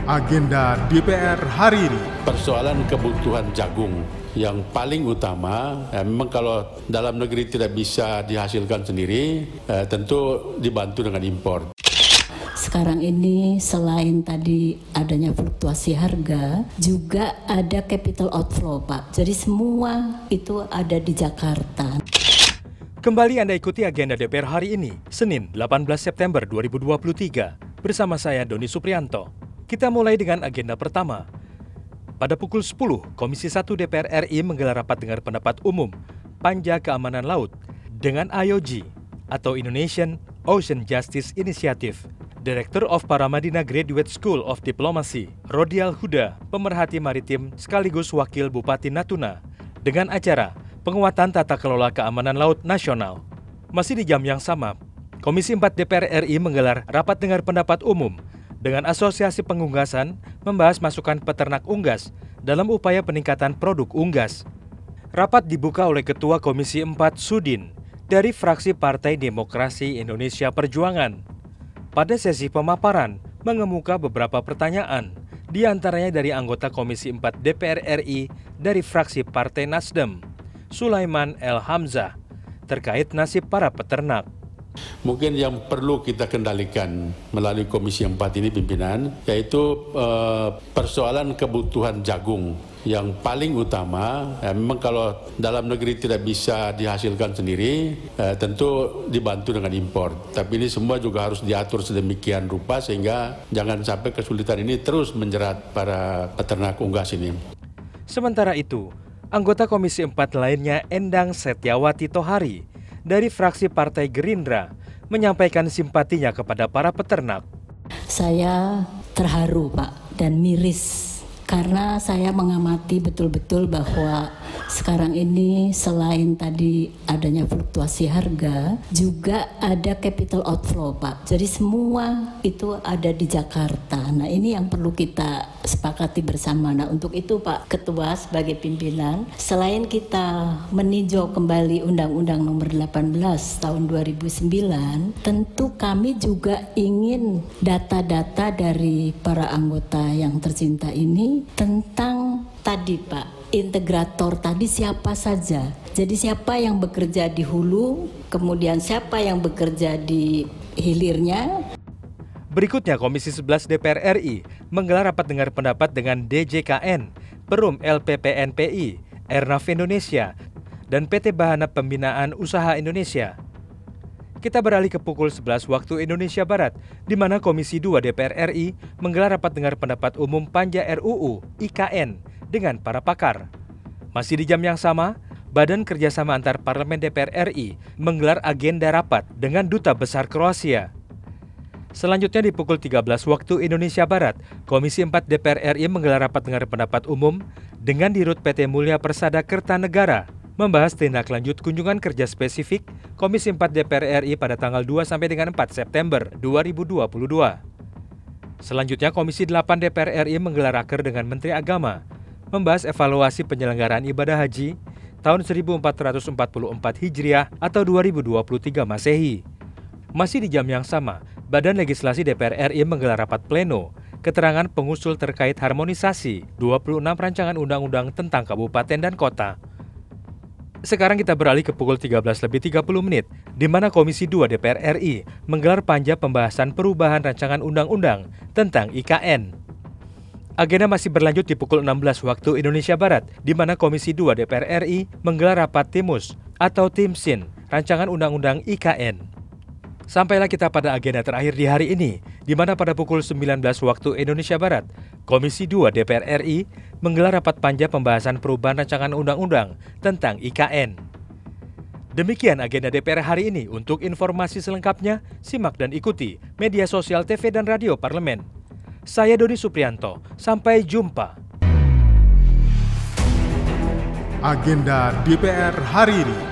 Agenda DPR hari ini. Persoalan kebutuhan jagung yang paling utama, memang kalau dalam negeri tidak bisa dihasilkan sendiri, tentu dibantu dengan impor. Sekarang ini selain tadi adanya fluktuasi harga, juga ada capital outflow, Pak. Jadi semua itu ada di Jakarta. Kembali Anda ikuti agenda DPR hari ini, Senin 18 September 2023, bersama saya Doni Suprianto. Kita mulai dengan agenda pertama. Pada pukul 10, Komisi 1 DPR RI menggelar rapat dengar pendapat umum Panja Keamanan Laut dengan IOG atau Indonesian Ocean Justice Initiative. Director of Paramadina Graduate School of Diplomacy, Rodial Huda, pemerhati maritim sekaligus wakil Bupati Natuna, dengan acara penguatan tata kelola keamanan laut nasional. Masih di jam yang sama, Komisi 4 DPR RI menggelar rapat dengar pendapat umum dengan Asosiasi Pengunggasan membahas masukan peternak unggas dalam upaya peningkatan produk unggas. Rapat dibuka oleh Ketua Komisi 4 Sudin dari fraksi Partai Demokrasi Indonesia Perjuangan. Pada sesi pemaparan, mengemuka beberapa pertanyaan, di antaranya dari anggota Komisi 4 DPR RI dari fraksi Partai Nasdem, Sulaiman El Hamzah, terkait nasib para peternak. Mungkin yang perlu kita kendalikan melalui Komisi 4 ini pimpinan, yaitu persoalan kebutuhan jagung yang paling utama. Memang kalau dalam negeri tidak bisa dihasilkan sendiri, tentu dibantu dengan impor. Tapi ini semua juga harus diatur sedemikian rupa sehingga jangan sampai kesulitan ini terus menjerat para peternak unggas ini. Sementara itu, anggota Komisi 4 lainnya Endang Setiawati Tohari dari fraksi Partai Gerindra menyampaikan simpatinya kepada para peternak. Saya terharu, Pak, dan miris karena saya mengamati betul-betul bahwa sekarang ini selain tadi adanya fluktuasi harga, juga ada capital outflow, Pak. Jadi semua itu ada di Jakarta. Nah, ini yang perlu kita sepakati bersama. Nah, untuk itu Pak Ketua sebagai pimpinan, selain kita meninjau kembali Undang-Undang Nomor 18 tahun 2009, tentu kami juga ingin data-data dari para anggota yang tercinta ini tentang tadi Pak, integrator tadi siapa saja. Jadi siapa yang bekerja di hulu, kemudian siapa yang bekerja di hilirnya. Berikutnya, Komisi 11 DPR RI menggelar rapat dengar pendapat dengan DJKN, Perum LPPNPI, Airnav Indonesia, dan PT Bahana Pembinaan Usaha Indonesia. Kita beralih ke pukul 11 waktu Indonesia Barat, di mana Komisi 2 DPR RI menggelar rapat dengar pendapat umum Panja RUU IKN dengan para pakar. Masih di jam yang sama, Badan Kerjasama Antar Parlemen DPR RI menggelar agenda rapat dengan Duta Besar Kroasia. Selanjutnya di pukul 13 waktu Indonesia Barat, Komisi 4 DPR RI menggelar rapat dengar pendapat umum dengan Dirut PT Mulia Persada Kertanegara, membahas tindak lanjut kunjungan kerja spesifik Komisi 4 DPR RI pada tanggal 2 sampai dengan 4 September 2022. Selanjutnya, Komisi 8 DPR RI menggelar raker dengan Menteri Agama, membahas evaluasi penyelenggaraan ibadah haji tahun 1444 Hijriah atau 2023 Masehi. Masih di jam yang sama, Badan Legislasi DPR RI menggelar rapat pleno, keterangan pengusul terkait harmonisasi 26 rancangan undang-undang tentang kabupaten dan kota. Sekarang kita beralih ke pukul 13.30 menit, di mana Komisi 2 DPR RI menggelar panja pembahasan perubahan rancangan undang-undang tentang IKN. Agenda masih berlanjut di pukul 16 waktu Indonesia Barat, di mana Komisi 2 DPR RI menggelar rapat TIMUS atau Timsin, rancangan undang-undang IKN. Sampailah kita pada agenda terakhir di hari ini, di mana pada pukul 19 waktu Indonesia Barat, Komisi 2 DPR RI menggelar rapat panja pembahasan perubahan rancangan undang-undang tentang IKN. Demikian agenda DPR hari ini. Untuk informasi selengkapnya, simak dan ikuti media sosial TV dan radio Parlemen. Saya Doni Suprianto, sampai jumpa. Agenda DPR hari ini.